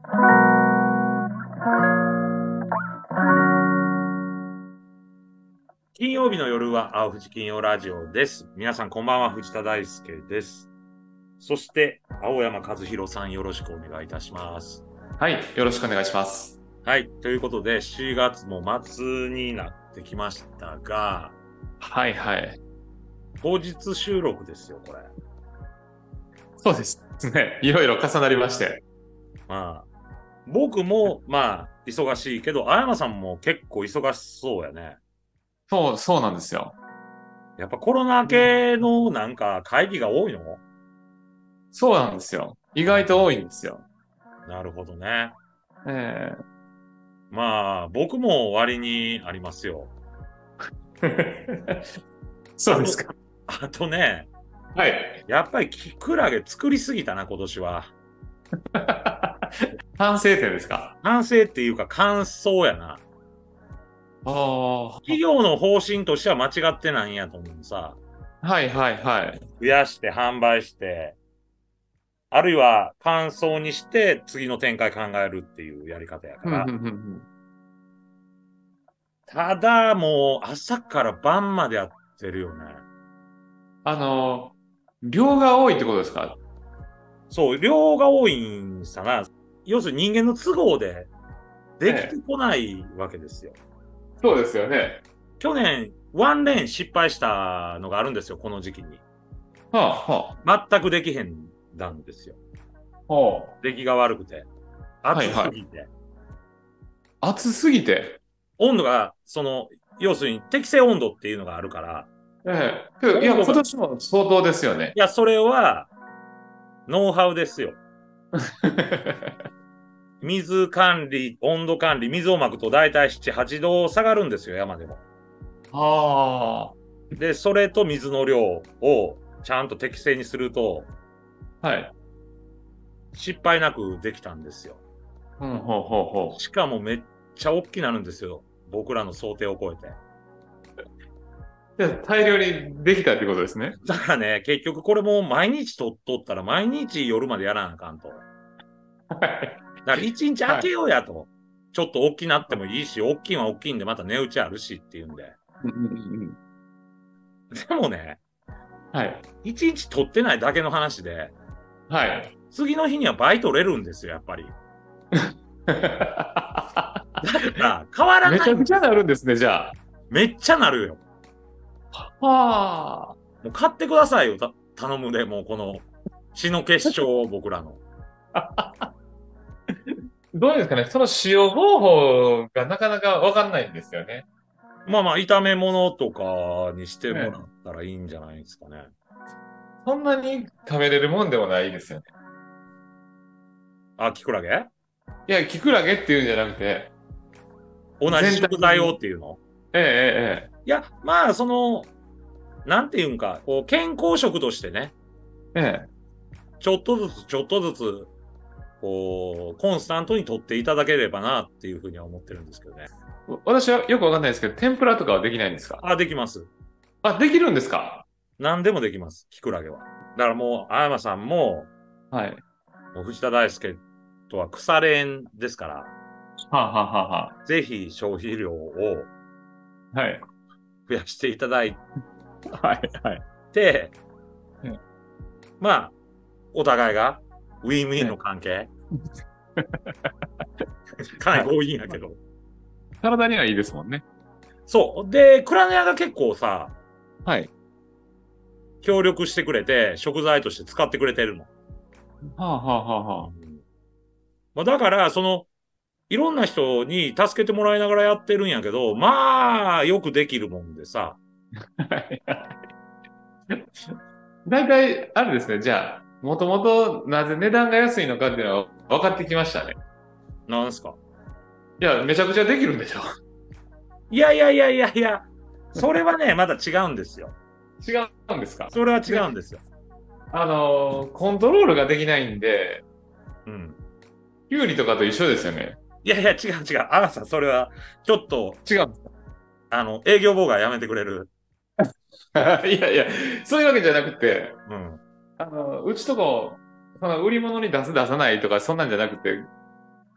金曜日の夜は青藤金曜ラジオです。皆さんこんばんは、藤田大輔です。そして青山和弘さん、よろしくお願いいたします。 はい、よろしくお願いします。 はい、ということで7月も末になってきましたが、 はいはい。 当日収録ですよ、これ。 そうですね。いろいろ重なりまして。 まあ、僕も忙しいけど、青山さんも結構忙しそうやね。 そうなんですよ。 やっぱコロナ系のなんか会議が多いの？ そうなんですよ。意外と多いんですよ。 なるほどね。 えまあ、僕も割にありますよ。あと、 そうですか。 あとね、 はい。 やっぱりキクラゲ作りすぎたな、今年は。 反省点ですか？ 反省っていうか感想やな。 ああ、 企業の方針としては間違ってないんやと思うさ。 はいはいはい。 増やして販売して、あるいは乾燥にして次の展開考えるっていうやり方やかふんら。 ふんふんふん。 ただもう朝から晩までやってるよね。 あの、量が多いってことですか？ そう、量が多いんさな。要するに人間の都合でできてええ。 こないわけですよ。 そうですよね。 去年、ワンレーン失敗したのがあるんですよ、この時期に。 はあ、は全くできへんだんですよ。 あ、は出来が悪くて。 あ。はい暑はい。 すぎて。 暑すぎて。 温度が、要するに適正温度っていうのがあるから、 ええ。けどいや、 温度が、い今年も相当ですよね。 や、それは、ノウハウですよ。水管理、温度管理、水をまくと大体7、8度下がるんですよ、山でも。 あで、それと水の量をちゃんと適正にすると、 あ、はい。 失敗なくできたんですよ。 うん、ほうほうほしかもめっちゃ大きくなるんですよ。僕らの想定を超えて。 う。で、大量にできたってことですね。 だからね、結局これも毎日撮っとったら毎日夜までやらなあかんと。だはい。 から一日空はい。 けようやと。ちょっと大きなってもいいし、大きいは大きいんでまた値打ちあるしっていうんで。 うんうんうんうん。 でもね、 はい。 一日撮ってないだけの話で、 はい。 次の日には倍取れるんですよ、やっぱり。だから変わらめちゃくちゃないんですよ。 なるんですね、じゃあ。 めっちゃなるよ。 はあ。 もう買ってくださいよ、頼むで、もうこの血の結晶を僕らの。 どうですかね、その使用方法がなかなかわかんないんですよね。 まあまあ、炒め物とかにしてもらっええ。 たらいいんじゃないですかね。 そんなに食べれるもんでもないですよね。 あ、キクラゲいや、キクラゲっていうんじゃなくて、 同じ全体食材をっ的に。 ていうの？ ええ、 いや、まあ、なんていうんか、こう、健康食としてね、 ええ、ええ。ええ。 ちょっとずつ、ちょっとずつ、こう、コンスタントに取っていただければなっていうふうには思ってるんですけどね。 私はよくわかんないですけど、天ぷらとかはできないんですか？ あ、できます。 あ、できるんですか？ 何でもできます、キクラゲは。だからもう、あやまさんも、 はい。 もう藤田大輔とは腐れ縁ですから、 はあ、はあはあはぜひ消費量をあ、はい。 増やしていただいはい、はい。 て、 えまあ、お互いがウィンウィンのえ、 関係、かなりはい。 強引やけど。 体にはいいですもんね。 そう。で、クラネアが結構さ、 はい。 協力してくれて、食材として使ってくれてるの。 はあ、はあはあはあ。 うん、まあ、だから、いろんな人に助けてもらいながらやってるんやけど、まあ、よくできるもんでさ。 はい。大体、あれですね。じゃあ、もともとなぜ値段が安いのかっていうのは分かってきましたね。 なんすか？ いや、めちゃくちゃできるんでしょ。 いやいやいやいやいや、それはね、まだ違うんですよ。 違うんですか？ それは違うんで、 ですよ。 コントロールができないんで、 うん。 キュウリとかと一緒ですよね。 いやいや、違う違う。あなた、それは、ちょっと、 違うんです営業妨害やめてくれる？ か？いやいや、そういうわけじゃなくて、 うん。 うちとこ、その売り物に出す出さないとか、そんなんじゃなくて、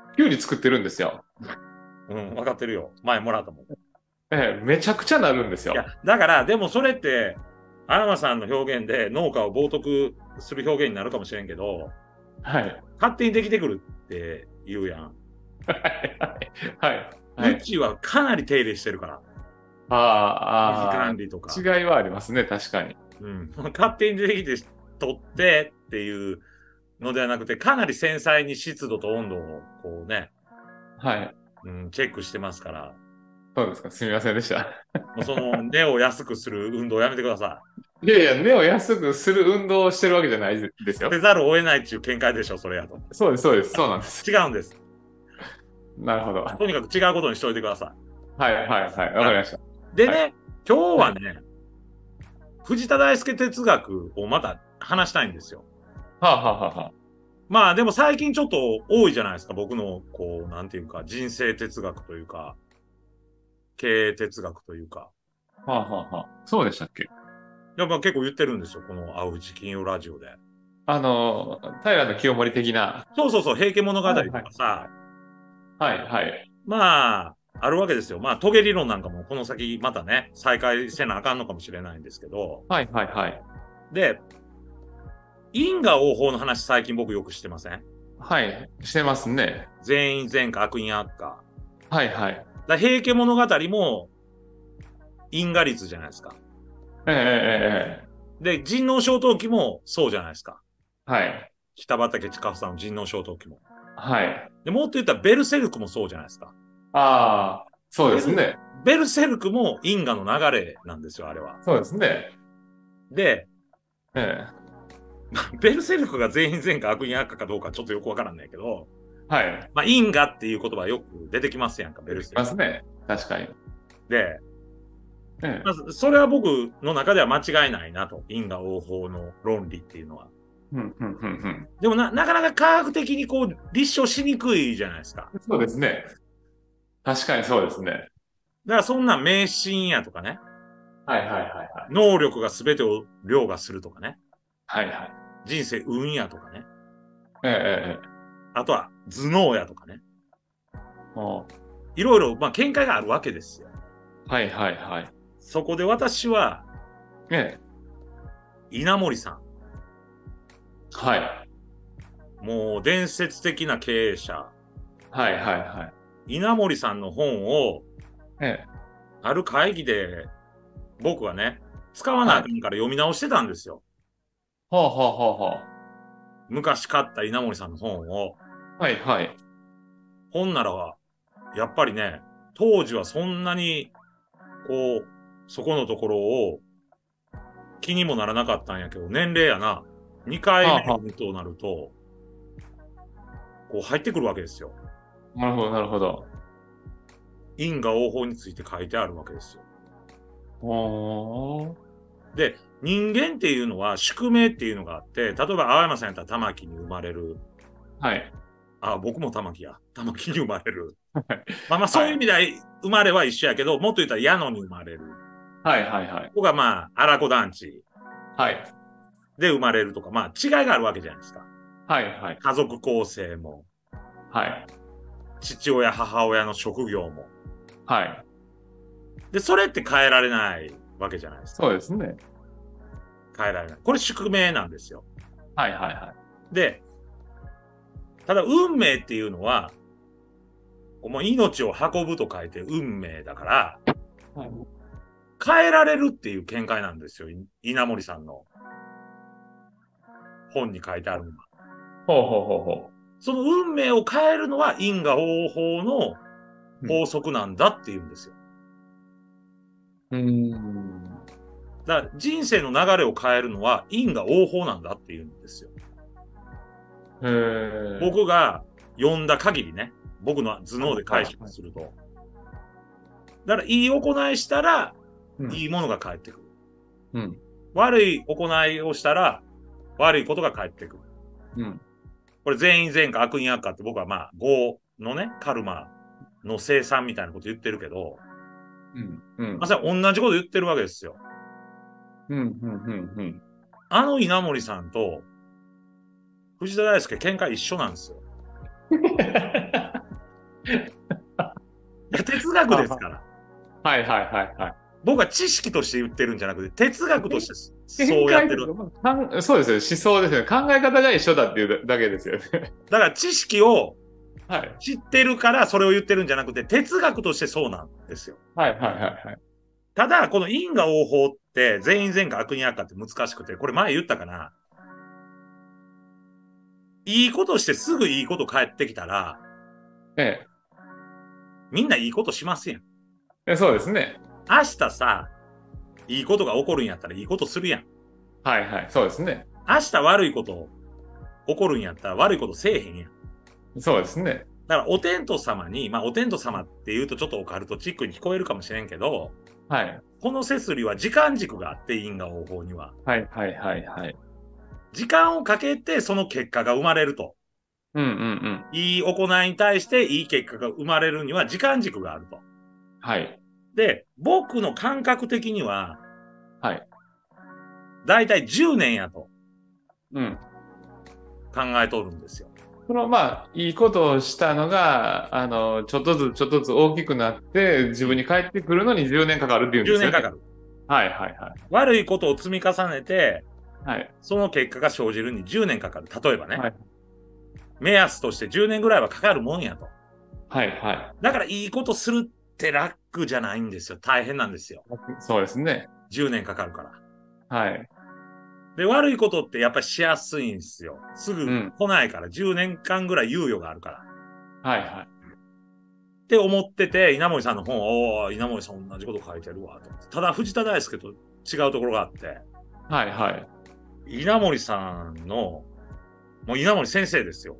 きゅうり作ってるんですよ。 うん、分かってるよ。前もらったもん。いめちゃくちゃなるんですや、 よ。 だから、でもそれって、荒間さんの表現で農家を冒涜する表現になるかもしれんけど、 はい。 勝手にできてくるって言うやん。 はい。はい。はうい。 ちはかなり手入れしてるから。水あ管理とか。 あ、違いはありますね、確かに。 うん。勝手にできて取ってっていうのではなくて、かなり繊細に湿度と温度をこうね、 はい。 うん、チェックしてますから、 そうですか。すみませんでした。 もうその根を安くする運動をやめてくださいやいや、根を安くする運動をしてるわけじゃないですい。せよ。 ざるを得ないっていう見解でしょ、それやと。 そうです、そうです。そうなんです。 違うんです。 なるほど。はとにかく違うことにしておいてください、はい、はい。わかりました。 い。ではい。 ね、今日はい。 はね、藤田大輔哲学をまた話したいんですよ。 はあ、はあ、はあ、はまあでも最近ちょっと多いじゃないですか。僕のこう、なんていうか、人生哲学というか、経営哲学というか。 あ。はあ、はあ、はあ。そうでしたっけ？ やっぱ結構言ってるんですよ。この青口金曜ラジオで。 平清盛的な。 そうそうそう、平家物語とはい、はい。 かさ、 はい、はい。 まあ、あるわけですよ。まあ、トゲ理論なんかもこの先またね、再開せなあかんのかもしれないんですけど。 はい、はい、はい。 で、因果応報の話最近僕よくしてません？ はい。してますね。 善因善果、悪因悪果。 はい、はい。 だ平家物語も因果率じゃないですか。 ええ、ええ、ええ。 で、人王小陶器もそうじゃないですか。 はい。 北畠千佳さんの人王小陶器も。 はい。 で、もっと言ったらベルセルクもそうじゃないですか。 ああ、そうでベル、 すね。 ベルセルクも因果の流れなんですよ、あれは。 そうですね。 で、 ええ。 ベルセルクが全員善果悪因悪果かどうかちょっとよくわからんないけど、 はい。 まあ、因果っていう言葉はよく出てきますやんか、ベ出てきルセルク。 ますね。確かに。 で、 ええ。 まあ、それは僕の中では間違いないなと。因果応報の論理っていうのは。 うん、うん、うん、うん。 でもなかなか科学的にこう立証しにくいじゃないですか。 そうですね。確かにそうですね。 だからそんな迷信やとかね、 はい、はい、はい、はい。 能力が全てを凌駕するとかね、 はい、はい。 人生運やとかね、 ええ、ええ、ええ。 あとは頭脳やとかね、 おいろいろまあ見解があるわけですよ。 はい、はい、はい。 そこで私はええ。 稲森さはい。 ん、もう伝説的な経営者、 はい、はい、はい。 稲森さんの本をええ。 ある会議で僕はね、使わなはい。 あかんから読み直してたんですよ。 ほうほうほうほ昔買った稲森さんの本を。 う。はい、はい。 ほんならは、やっぱりね、当時はそんなに、こう、そこのところを気にもならなかったんやけど、年齢やな。2回目はあ、は読むとなると、こう入ってくるわけですよ。 あ。なるほど、なるほど。 因果応報について書いてあるわけですよ。 おー。 で、人間っていうのは宿命っていうのがあって、例えば青山さんやったら玉木に生まれる。 はい。 あ、僕も玉木や。玉木に生まれる。 はい。 まあまあそういう意味では生まれは一緒やけど、もっと言ったら矢野に生まれる。 はい、はい、はい。 ここがまあ荒子団地はい。 で生まれるとか、まあ違いがあるわけじゃないですか。 はい、はい。 家族構成も、 はい。 父親、母親の職業も。 はい。 で、それって変えられないわけじゃないですか。 そうですね。 変えられない。これ宿命なんですよ。 はい、はい、はで、ただ運命っていうのは、もう命を運ぶと書いて運命だから、 い。はい。 変えられるっていう見解なんですよ。稲森さんの本に書いてあるのは。 ほうほうほうほその運命を変えるのは因果応報のう。 法則なんだっていうんですよ。 うん。うーん。 だから人生の流れを変えるのは因果応報なんだっていうんですよ。 へえ。 僕が読んだ限りね、僕の頭脳で解釈すると。だからいい行いしたら、いいものが返ってくる。 うん。 悪い行いをしたら、悪いことが返ってくる。 うん。 これ善因善果悪因悪果って僕はまあ、業のね、カルマの生産みたいなこと言ってるけど、 うん。うん。 まさに同じこと言ってるわけですよ。 うん。うん。うん。うん。 あの稲森さんと藤田大輔見解一緒なんですよ。 哲学ですから。 はいはいはいはい。 僕は知識として言ってるんじゃなくて、哲学として見そうやってる。 解とかそうですよ。思想ですよね。考え方が一緒だっていうだけですよね。 だから知識をはい。 知ってるからそれを言ってるんじゃなくて、哲学としてそうなんですよ。 はいはいはいはい。 ただ、この因果応報って全員善か悪人悪かって難しくて、これ前言ったかな。いいことしてすぐいいこと返ってきたら、 えみんないいことしますやん。 そうですね。 明日さ、いいことが起こるんやったらいいことするやん。 はいはい。そうですね。 明日悪いこと起こるんやったら悪いことせえへんやん。 そうですね。 だからお天道様に、お天道様って言うとちょっとオカルトチックに聞こえるかもしれんけど、 はい。 この摂理は時間軸があって、因果応報には。 はいはいはいはい。 時間をかけてその結果が生まれると。 うんうんうん。 いい行いに対していい結果が生まれるには時間軸があると。 はい。 で、僕の感覚的には、 はい。 だいたい10年やとうん。 考えとるんですよ。 いいことをしたのが、ちょっとずつちょっとずつ大きくなって、自分に返ってくるのに10年かかるっていうんで 10 すよね。 年かかる。 はいはいはい。 悪いことを積み重ねて、 はい。 その結果が生じるに10年かかる。例えばね。 はい。 目安として10年ぐらいはかかるもんやと。 はいはい。 だからいいことするって楽じゃないんですよ。大変なんですよ。 そうですね。 10年かかるから。 はい。 で、悪いことってやっぱりしやすいんですよ。すぐうん。 来ないから、10年間ぐらい猶予があるから。 はいはい。 って思ってて、稲森さんの本を、稲森さん同じこと書いてるわと思って。ただ、藤田大輔と違うところがあって、 はいはい。 稲森さんの、もう稲森先生ですよ。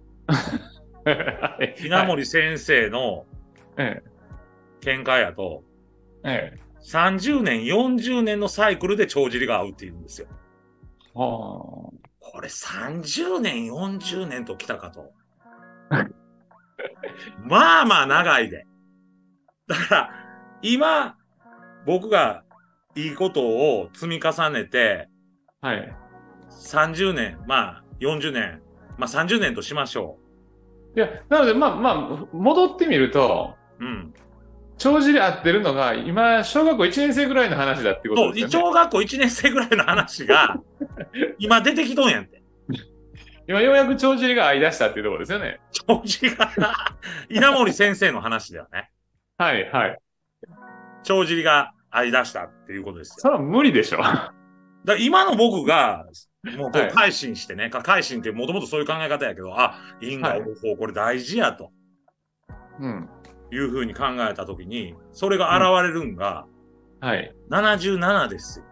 稲はい。 森先生のえ見解やと、 え。ええ。 30年、40年のサイクルで帳尻が合うって言うんですよ。 はこれ30年、40年と来たかと。 あ。 まあまあ長いで。だから、今、僕がいいことを積み重ねて、 はい。 30年、40年、30年としましょいや、なので、戻ってみると、 う。うん。 帳尻合ってるのが、今、小学校1年生ぐらいの話だっていうことそう、 ですよね。 小学校1年生ぐらいの話が、今出てきとんやんて。 今、ようやく帳尻が合い出したっていうところですよね。 調子が、稲森先生の話だよね。 はい、はい。 帳尻が合い出したっていうことですよ。 それは無理でしょ。はだ今の僕が、もうこうい、 改心してね、改心ってもともとそういう考え方やけど、因果応はい。 報これ大事やとうん、 いうふうに考えたときに、それがうん。 現れるんがはい。 77ですよ。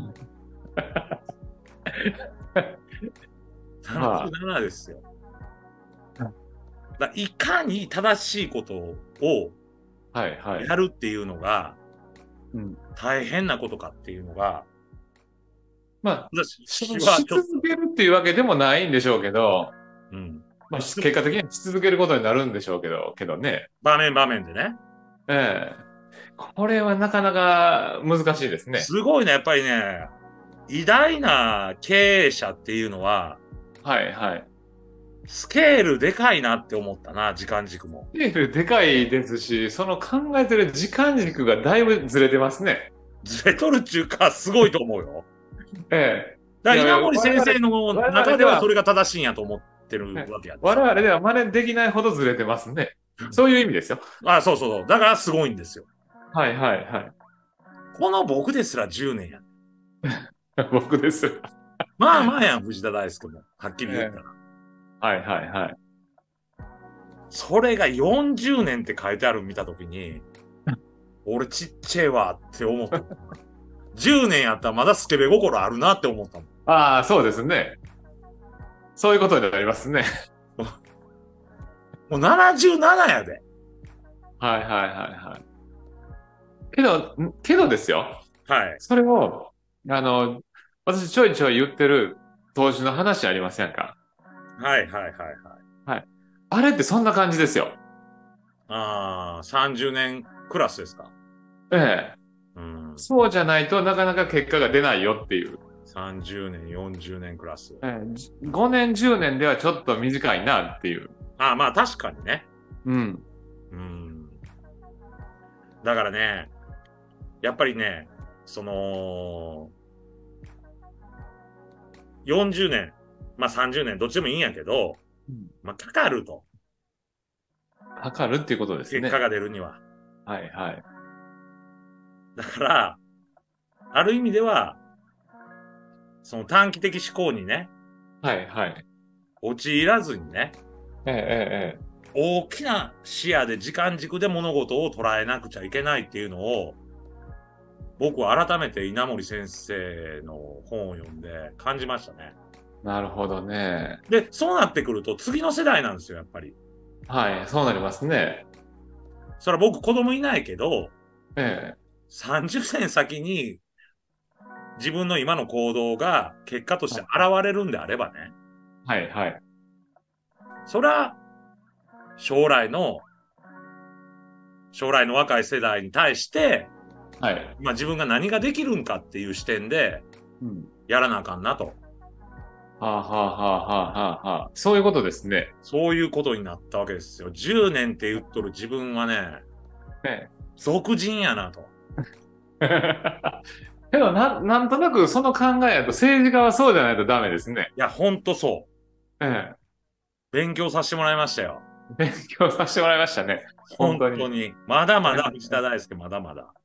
は 77ですよ。 あ、 いかに正しいことをはい、はい。 やるっていうのがうん。 大変なことかっていうのが、 まあ、 私はしちょっと、 続けるっていうわけでもないんでしょうけど、 うん。 結果的にはし続けることになるんでしょうけどね。 場面場面でね。 ええ。これはなかなか難しいですね。 すごいね、やっぱりね、偉大な経営者っていうのは、 はい、はい。 スケールでかいなって思ったな、時間軸も。 スケールでかいですし、その考えてる時間軸がだいぶずれてますね。 ずれとるっちゅうか、すごいと思うよ。 ええ。 だから稲森我々、 先生の我々では、 中ではそれが正しいんやと思ってるわけやで我さ。 々では真似できないほどずれてますね。そういう意味ですよ。 そうそうそう。だからすごいんですよ。 はいはいはい。 この僕ですら10年や。 僕です。 まあまあやん、藤田大輔も。はっきり言ったら。 ええ。はいはいはい。 それが40年って書いてあるの見たときに、俺ちっちゃいわって思った。10年やったらまだスケベ心あるなって思ったもん。 ああ、そうですね。そういうことになりますね。 もう77やで。 はいはいはいはい。けどですよ。 はい。 それを、あの、私ちょいちょい言ってる投資の話ありませんか？ はいはいはいはい。 はい。あれってそんな感じですよ。 30年クラスですか。 ええ。 うん。 そうじゃないとなかなか結果が出ないよっていう。 30年、40年クラス。 5年、10年ではちょっと短いなっていう。 確かにね。 うん。 うん。 だからね、やっぱりね、その、40年、まあ30年、どっちでもいいんやけど、まあかかると。 かかるっていうことですね。 結果が出るには。 はいはい。 だから、ある意味では、その短期的思考にね、 はいはい。 陥らずにね、 ええ、ええ、え大きな視野で時間軸で物事を捉えなくちゃいけないっていうのを、僕は改めて稲森先生の本を読んで感じましたね。 え。なるほどね。 で、そうなってくると次の世代なんですよ、やっぱり。 はい、そうなりますね。 それは僕子供いないけど、 ええ。 30年先に自分の今の行動が結果として現はいれるんであればね、 はいはい。 それは将来の、将来の若い世代に対して、 はい。 まあ自分が何ができるんかっていう視点でうん。 やらなあかんなと。 はあ、はあはあはあはあはあ。そういうことですね。 そういうことになったわけですよ。10年って言っとる自分はね、 え俗人やなと。 え。けどなんとなくその考えだと政治家はそうじゃないとダメですね。 いや、ほんとそう。 ええ。 勉強させてもらいましたよ。 勉強させてもらいましたね。本本当に。 当に。まだまえだ藤田大輔まだまだ。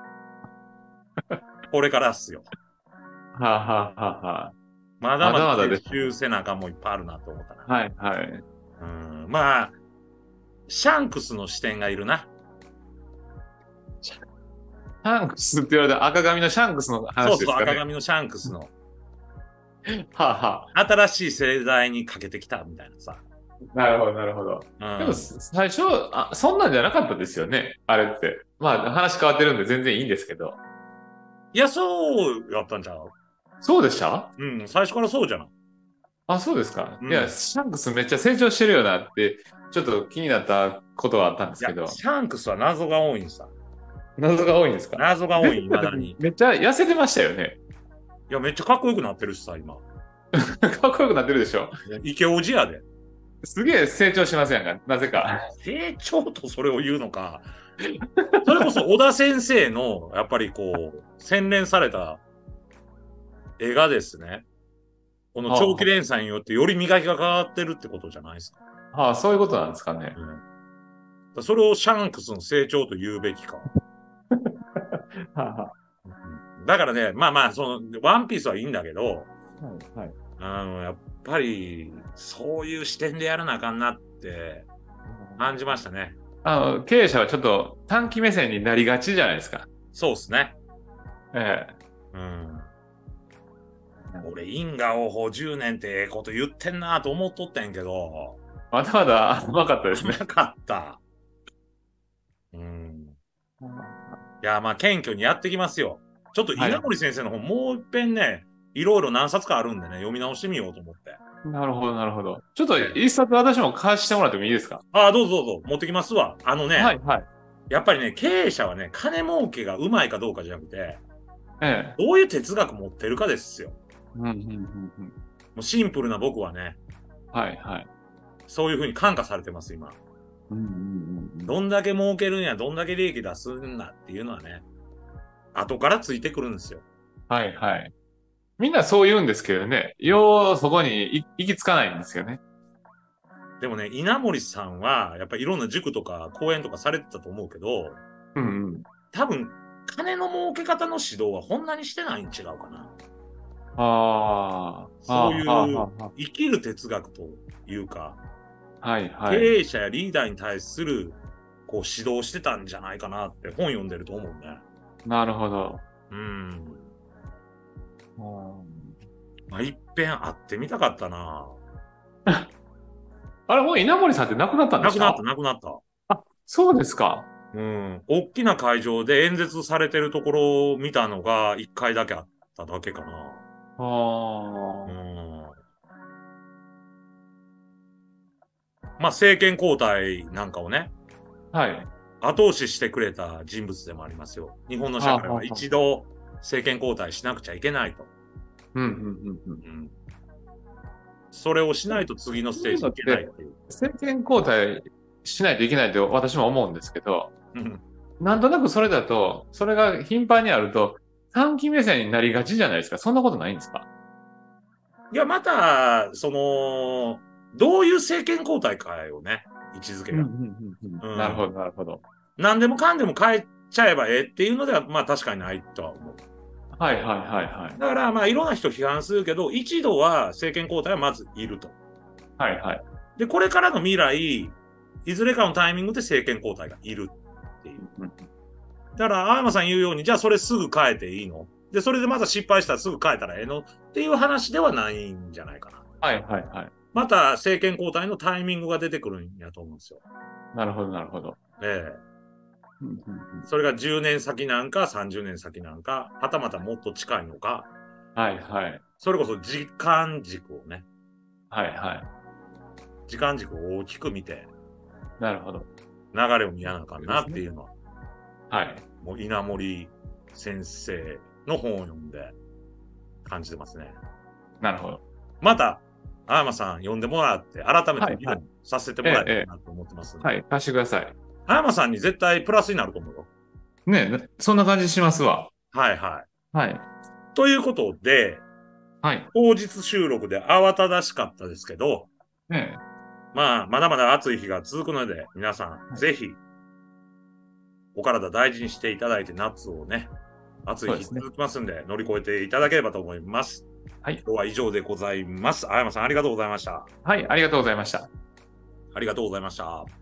これからっすよ。 はあ、はあはあはあ。 まだままだ撤だまだです。 収せなあかんもいっぱいあるなと思ったな。 はいはい。 うん。まあ、シャンクスの視点がいるな。 シャンクスって言われたら赤髪のシャンクスのそうそう、 話ですかね。 赤髪のシャンクスのはあはあ。 新しい世代にかけてきたみたいなさ。 なるほど、なるほど。でも、 うん。 最初、そんなんじゃなかったですよね。あれって。まあ、話変わってるんで全然いいんですけど。 いや、そうやったんちゃう？ そうでした？ うん、最初からそうじゃない。 あ、そうですか。いや、 うん。 シャンクスめっちゃ成長してるよなって、ちょっと気になったことがあったんでいや、 すけど。 シャンクスは謎が多いんさ。 謎が多いんですか？ 謎が多い、 出てきた未だに。い時めっちゃ痩せてましたよね。 や、めっちゃかっこよくなってるしさ、今。 かっこよくなってるでしょ。 イケオジやで。 すげえ成長しませんか、なぜか。 成長とそれを言うのか。それこそ小田先生の、やっぱりこう、洗練された絵がですね、この長期は連載によってより磨きが変わってるってことじゃないですか。 あ、はあ、そういうことなんですかね。 うん、それをシャンクスの成長と言うべきか。 はあ、はだからね、まあまあ、その、ワンピースはいいんだけど、 あ、はい、はい。 やっぱり、そういう視点でやらなあかんなって感じましたね。 経営者はちょっと短期目線になりがちじゃないですか。 そうですね。 ええ。 うん。俺、因果応報10年ってええこと言ってんなと思っとったんやけど、 まだまだ甘かったですね。 甘かった。うん。いや、まあ、謙虚にやってきますよ。ちょっとはい。 稲森先生の本、もう一遍ね、いろいろ何冊かあるんでね、読み直してみようと思って。 なるほど、なるほど。ちょっとね、 一冊私も貸してもらってもいいですか？ ああ、どうぞどうぞ、持ってきますわ。 はい、はい。 やっぱりね、経営者はね、金儲けがうまいかどうかじゃなくて、 ええ。 どういう哲学持ってるかですよ。 うん、うん、うん、うん。 もうシンプルな僕はね、 はい、はい。 そういうふうに感化されてます、今。 うん、うん、うん。うん。 どんだけ儲けるんや、どんだけ利益出すんだっていうのはね、後からついてくるんですよ。 はい、はい。みんなそう言うんですけどね。ようそこに行き着かないんですよね。 でもね、稲森さんは、やっぱりいろんな塾とか講演とかされてたと思うけど、 うん、うん。 多分、金の儲け方の指導はこんなにしてないん違うかな。 ああ、 そうはあ、 いうはあ、は生きる哲学というか、 あ。はい、 経はい。 営者やリーダーに対するこう指導してたんじゃないかなって本読んでると思うね。 なるほど。 うん。 うん。 まあ、いっぺん会ってみたかったな。 あれ、もう稲森さんって亡くなったんでなくなった、 した？ なくなった。 あ、そうですか。 うん。大きな会場で演説されてるところを見たのが一回だけあっただけかな。 あうあ。 ん。まあ、政権交代なんかをね、 はい。 後押ししてくれた人物でもありますよ。日本のはあ、 社会ははあ、はあ。 一度政権交代しなくちゃいけないと。 うん、うん、うん、うん。 うん。それをしないと次のスそういうテージいけないっのって、 ていう。 政権交代しないといけないと私も思うんですけど、 うん。 なんとなくそれだと、それが頻繁にあると、短期目線になりがちじゃないですか。そんなことないんですか？ いや、また、どういう政権交代かよね、位置づけが。 なるほど、なるほど。 何でもかんでも変えちゃえばええっていうのでは、まあ確かにないとは思う。 はいはいはいはい。 だからまあいろんな人批判するけど、一度は政権交代はまずいると。 はいはい。 で、これからの未来、いずれかのタイミングで政権交代がいるっていう。だから、青山さん言うように、じゃあそれすぐ変えていいの？で、それでまた失敗したらすぐ変えたらええのっていう話ではないんじゃないかな。 はいはいはい。 また政権交代のタイミングが出てくるんやと思うんですよ。 なるほどなるほど。 ええ。それが10年先なんか30年先なんか、はたまたもっと近いのか、 はいはい。 それこそ時間軸をね、 はいはい。 時間軸を大きく見て、 なるほど。 流れを見やなあかんなっていうのは、 はい。 もう稲森先生の本を読んで感じてますね。 なるほど。 また、青山さん読んでもらって、改めて議論させてもらえたらなと思ってますんで、 はい。貸してください。 青山さんに絶対プラスになると思うよ。 ね、そんな感じしますわ。 はいはい。 はい。 ということで、 はい。 当日収録で慌ただしかったですけど、 ねまあ、まだまだ暑い日が続くので、皆さん、 はいぜひ、お体大事にしていただいて、夏をね、暑い日続きますんで、乗り越えていただければと思います。 はい。 今日は以上でございます。青山さん、ありがとうございました。 はい。ありがとうございました。 ありがとうございました。